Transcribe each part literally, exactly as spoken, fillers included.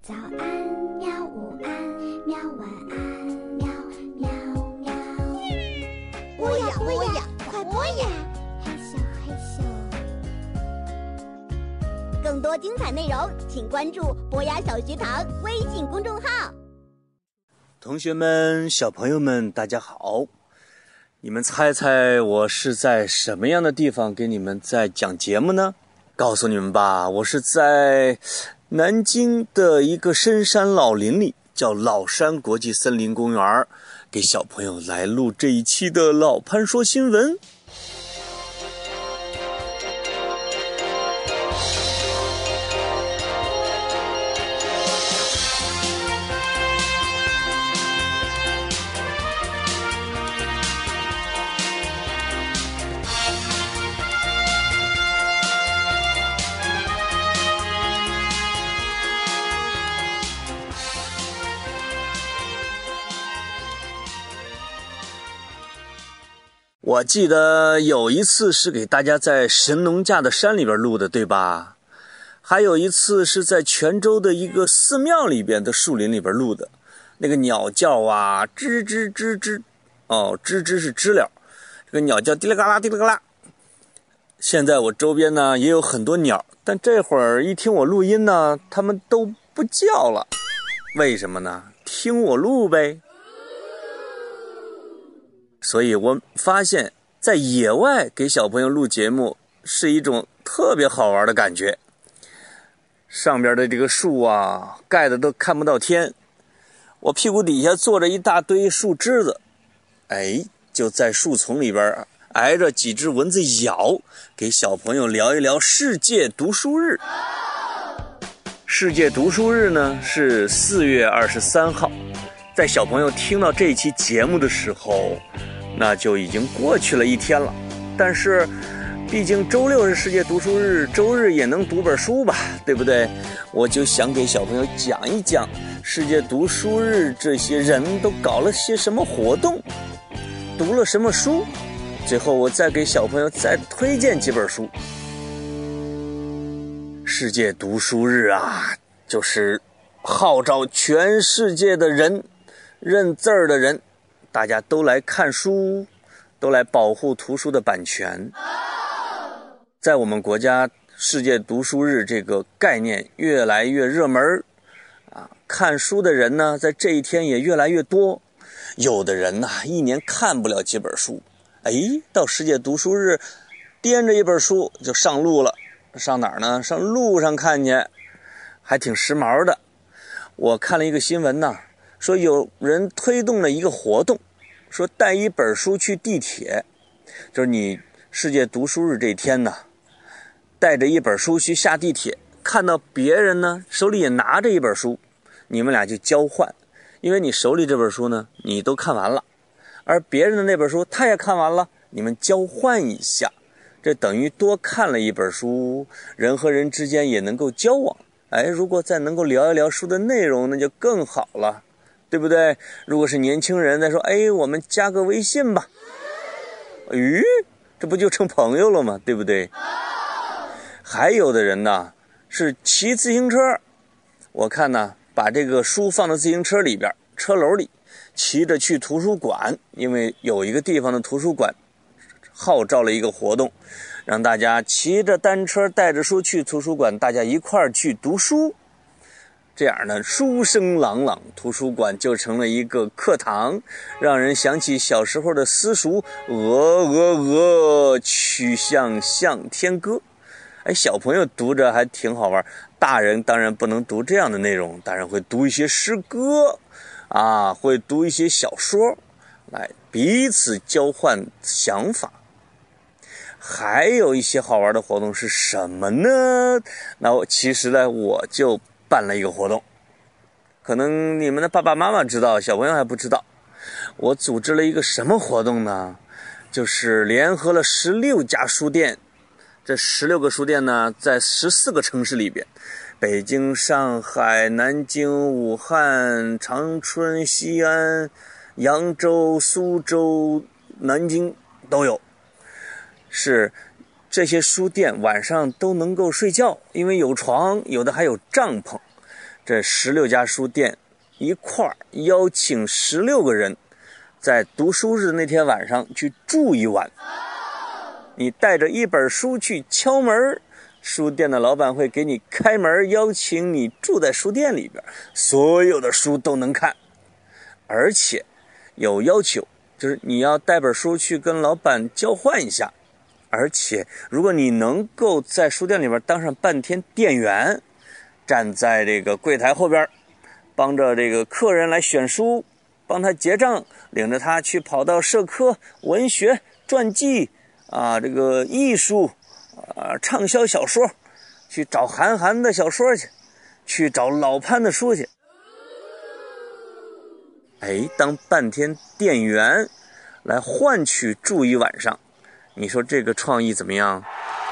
早安喵，午安喵，晚安喵喵喵。 播呀播呀，快播呀！ 嘿咻嘿咻。 更多精彩内容，请关注博雅小学堂微信公众号。 同学们、小朋友们，大家好！你们猜猜我是在什么样的地方给你们在讲节目呢？告诉你们吧，我是在南京的一个深山老林里，叫老山国际森林公园，给小朋友来录这一期的老潘说新闻。我记得有一次是给大家在神农架的山里边录的，对吧？还有一次是在泉州的一个寺庙里边的树林里边录的，那个鸟叫啊，吱吱吱吱，哦，吱吱是知了，这个鸟叫滴啦嘎啦滴啦嘎啦。现在我周边呢也有很多鸟，但这会儿一听我录音呢，它们都不叫了，为什么呢？听我录呗。所以我发现在野外给小朋友录节目是一种特别好玩的感觉。上边的这个树啊，盖的都看不到天，我屁股底下坐着一大堆树枝子，哎，就在树丛里边挨着几只蚊子咬，给小朋友聊一聊世界读书日。世界读书日呢是四月二十三号，在小朋友听到这期节目的时候，那就已经过去了一天了。但是毕竟周六是世界读书日，周日也能读本书吧，对不对？我就想给小朋友讲一讲世界读书日这些人都搞了些什么活动，读了什么书，最后我再给小朋友再推荐几本书。世界读书日啊，就是号召全世界的人，认字儿的人，大家都来看书，都来保护图书的版权。在我们国家，世界读书日这个概念越来越热门啊，看书的人呢，在这一天也越来越多。有的人呢，一年看不了几本书，哎，到世界读书日，掂着一本书就上路了。上哪儿呢？上路上看去，还挺时髦的。我看了一个新闻呢，说有人推动了一个活动，说带一本书去地铁，就是你世界读书日这天呢，带着一本书去下地铁，看到别人呢手里也拿着一本书，你们俩就交换，因为你手里这本书呢你都看完了，而别人的那本书他也看完了，你们交换一下，这等于多看了一本书，人和人之间也能够交往。哎，如果再能够聊一聊书的内容，那就更好了，对不对？如果是年轻人再说，哎，我们加个微信吧，咦，这不就成朋友了吗？对不对？还有的人呢是骑自行车，我看呢把这个书放到自行车里边，车篓里，骑着去图书馆，因为有一个地方的图书馆号召了一个活动，让大家骑着单车带着书去图书馆，大家一块儿去读书。这样呢，书声朗朗，图书馆就成了一个课堂，让人想起小时候的私塾，鹅鹅鹅，曲项向天歌。哎，小朋友读着还挺好玩，大人当然不能读这样的内容，大人会读一些诗歌啊，会读一些小说，来彼此交换想法。还有一些好玩的活动是什么呢？那我其实呢，我就办了一个活动，可能你们的爸爸妈妈知道，小朋友还不知道。我组织了一个什么活动呢？就是联合了十六家书店，这十六个书店呢，在十四个城市里边，北京、上海、南京、武汉、长春、西安、扬州、苏州、南京都有。是这些书店晚上都能够睡觉，因为有床，有的还有帐篷。 这十六家书店一块儿邀请十六个人，在读书日那天晚上去住一晚。你带着一本书去敲门，书店的老板会给你开门，邀请你住在书店里边，所有的书都能看。而且有要求，就是你要带本书去跟老板交换一下，而且如果你能够在书店里边当上半天店员，站在这个柜台后边，帮着这个客人来选书，帮他结账，领着他去跑到社科、文学、传记啊，这个艺术啊，畅销小说，去找韩寒的小说去，去找老潘的书去。哎，当半天店员来换取住一晚上，你说这个创意怎么样？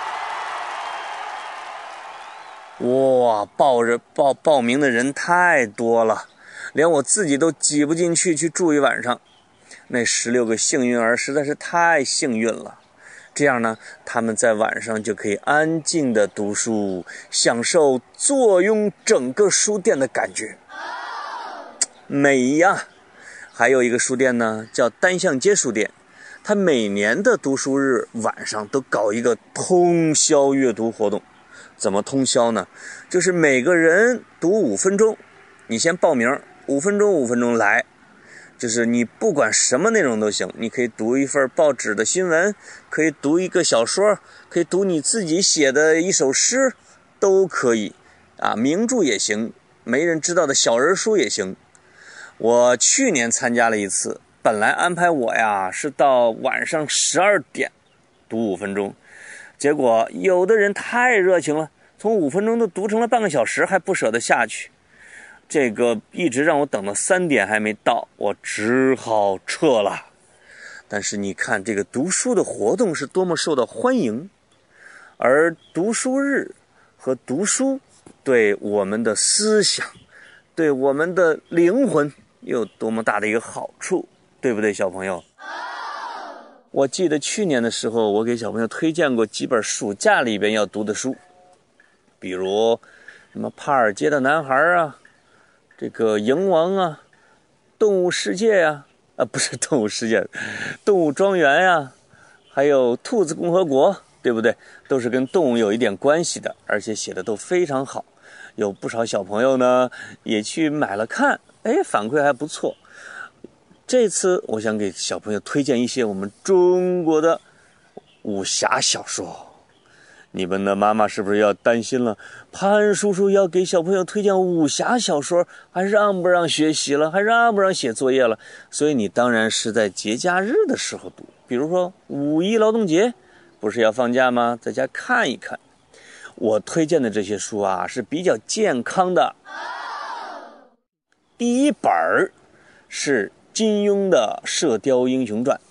哇，报着报报名的人太多了，连我自己都挤不进去去住一晚上。那十六个幸运儿实在是太幸运了。这样呢，他们在晚上就可以安静的读书，享受坐拥整个书店的感觉，美呀！还有一个书店呢，叫单向街书店，它每年的读书日晚上都搞一个通宵阅读活动。怎么通宵呢？就是每个人读五分钟，你先报名，五分钟五分钟来，就是你不管什么内容都行，你可以读一份报纸的新闻，可以读一个小说，可以读你自己写的一首诗，都可以啊，名著也行，没人知道的小人书也行。我去年参加了一次，本来安排我呀是到晚上十二点读五分钟，结果有的人太热情了，从五分钟都读成了半个小时，还不舍得下去。这个一直让我等到三点还没到，我只好撤了。但是你看这个读书的活动是多么受到欢迎，而读书日和读书对我们的思想，对我们的灵魂有多么大的一个好处，对不对，小朋友？我记得去年的时候，我给小朋友推荐过几本暑假里边要读的书，比如什么帕尔街的男孩啊，这个蝇王啊，动物世界呀、啊，啊不是动物世界，动物庄园呀、啊，还有兔子共和国，对不对？都是跟动物有一点关系的，而且写的都非常好。有不少小朋友呢也去买了看，哎，反馈还不错。这次我想给小朋友推荐一些我们中国的武侠小说。你们的妈妈是不是要担心了？潘叔叔要给小朋友推荐武侠小说，还让不让学习了？还让不让写作业了？所以你当然是在节假日的时候读，比如说五一劳动节，不是要放假吗？在家看一看。我推荐的这些书啊是比较健康的。第一本是金庸的《射雕英雄传》，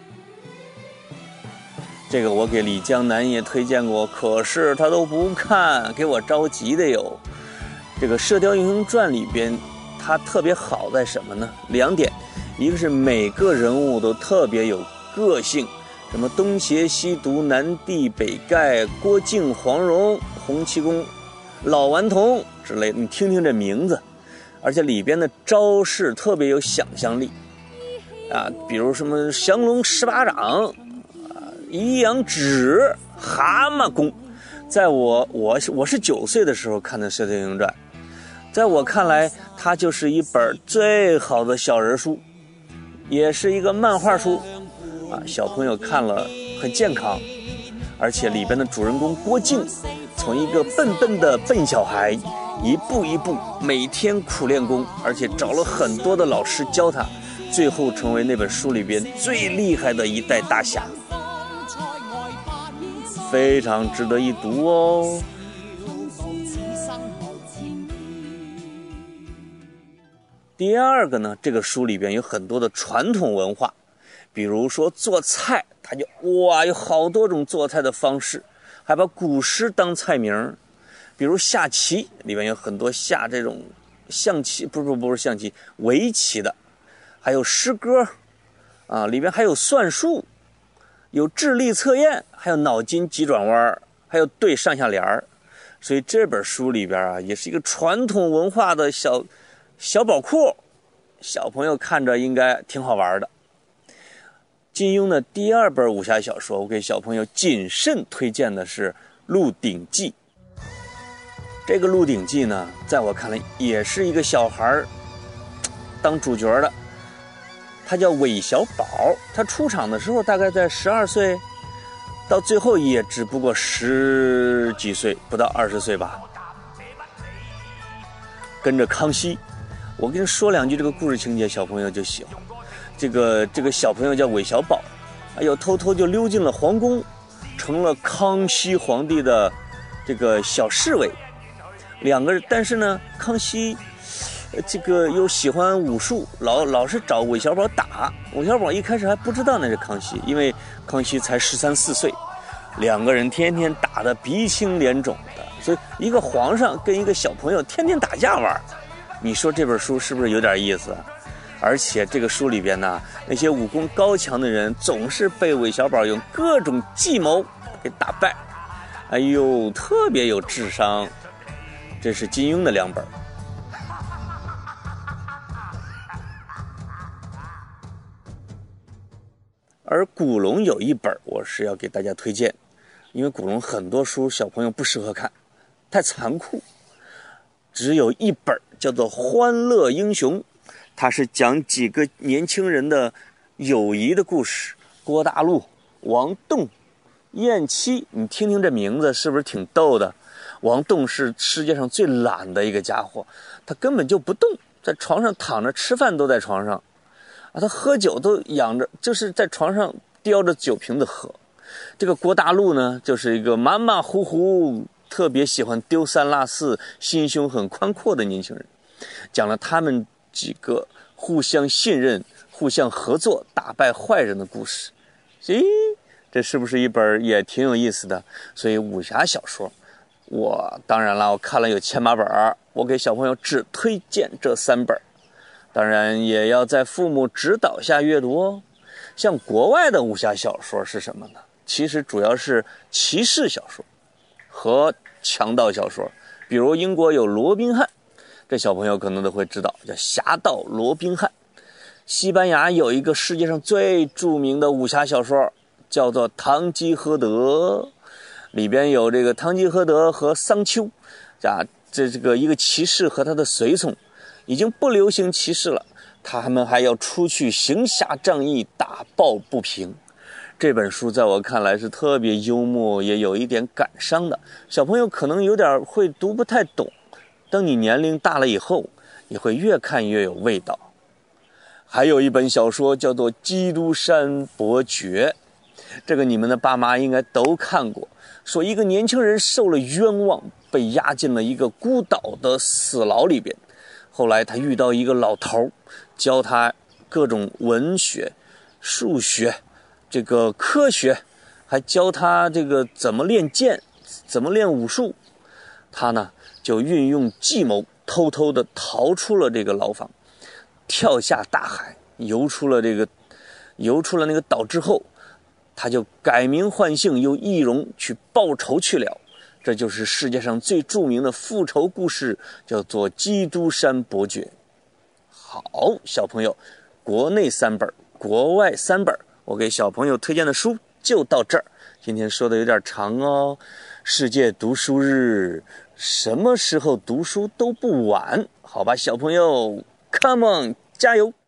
这个我给李江南也推荐过，可是他都不看，给我着急的有。这个《射雕英雄传》里边它特别好在什么呢？两点，一个是每个人物都特别有个性，什么东邪西毒、南帝北丐、郭靖、黄蓉、洪七公、老顽童之类的，你听听这名字，而且里边的招式特别有想象力啊，比如什么降龙十八掌、啊、一阳指、蛤蟆功。在我我我是九岁的时候看的《射雕英雄传》，在我看来，它就是一本最好的小人书，也是一个漫画书啊，小朋友看了很健康。而且里边的主人公郭靖，从一个笨笨的笨小孩，一步一步每天苦练功，而且找了很多的老师教他，最后成为那本书里边最厉害的一代大侠，非常值得一读哦。第二个呢，这个书里边有很多的传统文化，比如说做菜，它就哇有好多种做菜的方式，还把古诗当菜名。比如下棋，里面有很多下这种象棋，不是不是象棋，围棋的，还有诗歌啊，里边还有算术，有智力测验，还有脑筋急转弯，还有对上下联儿。 所以这本书里边啊，也是一个传统文化的小小宝库，小朋友看着应该挺好玩的。金庸的第二本武侠小说，我给小朋友谨慎推荐的是《鹿鼎记》。这个《鹿鼎记》呢，在我看来也是一个小孩当主角的，他叫韦小宝，他出场的时候大概在十二岁，到最后也只不过十几岁，不到二十岁吧。跟着康熙，我跟你说两句这个故事情节，小朋友就喜欢。这个这个小朋友叫韦小宝，哎呦，偷偷就溜进了皇宫，成了康熙皇帝的这个小侍卫。两个人，但是呢，康熙这个又喜欢武术，老老是找韦小宝打。韦小宝一开始还不知道那是康熙，因为康熙才十三四岁，两个人天天打得鼻青脸肿的，所以一个皇上跟一个小朋友天天打架玩，你说这本书是不是有点意思？而且这个书里边呢，那些武功高强的人总是被韦小宝用各种计谋给打败，哎呦，特别有智商。这是金庸的两本。而古龙有一本我是要给大家推荐，因为古龙很多书小朋友不适合看，太残酷。只有一本叫做《欢乐英雄》，它是讲几个年轻人的友谊的故事。郭大陆、王栋、燕七，你听听这名字是不是挺逗的？王栋是世界上最懒的一个家伙，他根本就不动，在床上躺着，吃饭都在床上啊，他喝酒都仰着，就是在床上叼着酒瓶子喝。这个郭大陆呢，就是一个马马虎虎，特别喜欢丢三落四，心胸很宽阔的年轻人，讲了他们几个互相信任、互相合作、打败坏人的故事。咦，这是不是一本也挺有意思的？所以武侠小说，我当然了，我看了有千把本，我给小朋友只推荐这三本，当然也要在父母指导下阅读哦。像国外的武侠小说是什么呢？其实主要是骑士小说和强盗小说，比如英国有罗宾汉，这小朋友可能都会知道，叫侠盗罗宾汉。西班牙有一个世界上最著名的武侠小说，叫做《堂吉诃德》，里边有这个堂吉诃德和桑丘，啊，这这个一个骑士和他的随从，已经不流行骑士了，他们还要出去行侠仗义，打抱不平。这本书在我看来是特别幽默，也有一点感伤的，小朋友可能有点会读不太懂，等你年龄大了以后，你会越看越有味道。还有一本小说叫做《基督山伯爵》，这个你们的爸妈应该都看过，说一个年轻人受了冤枉，被押进了一个孤岛的死牢里边，后来他遇到一个老头，教他各种文学、数学、这个科学，还教他这个怎么练剑，怎么练武术。他呢就运用计谋，偷偷的逃出了这个牢房，跳下大海，游出了这个游出了那个岛之后，他就改名换姓，用易容去报仇去了。这就是世界上最著名的复仇故事，叫做《基督山伯爵》。好，小朋友，国内三本，国外三本，我给小朋友推荐的书就到这儿。今天说的有点长哦，世界读书日，什么时候读书都不晚，好吧，小朋友 ，Come on， 加油！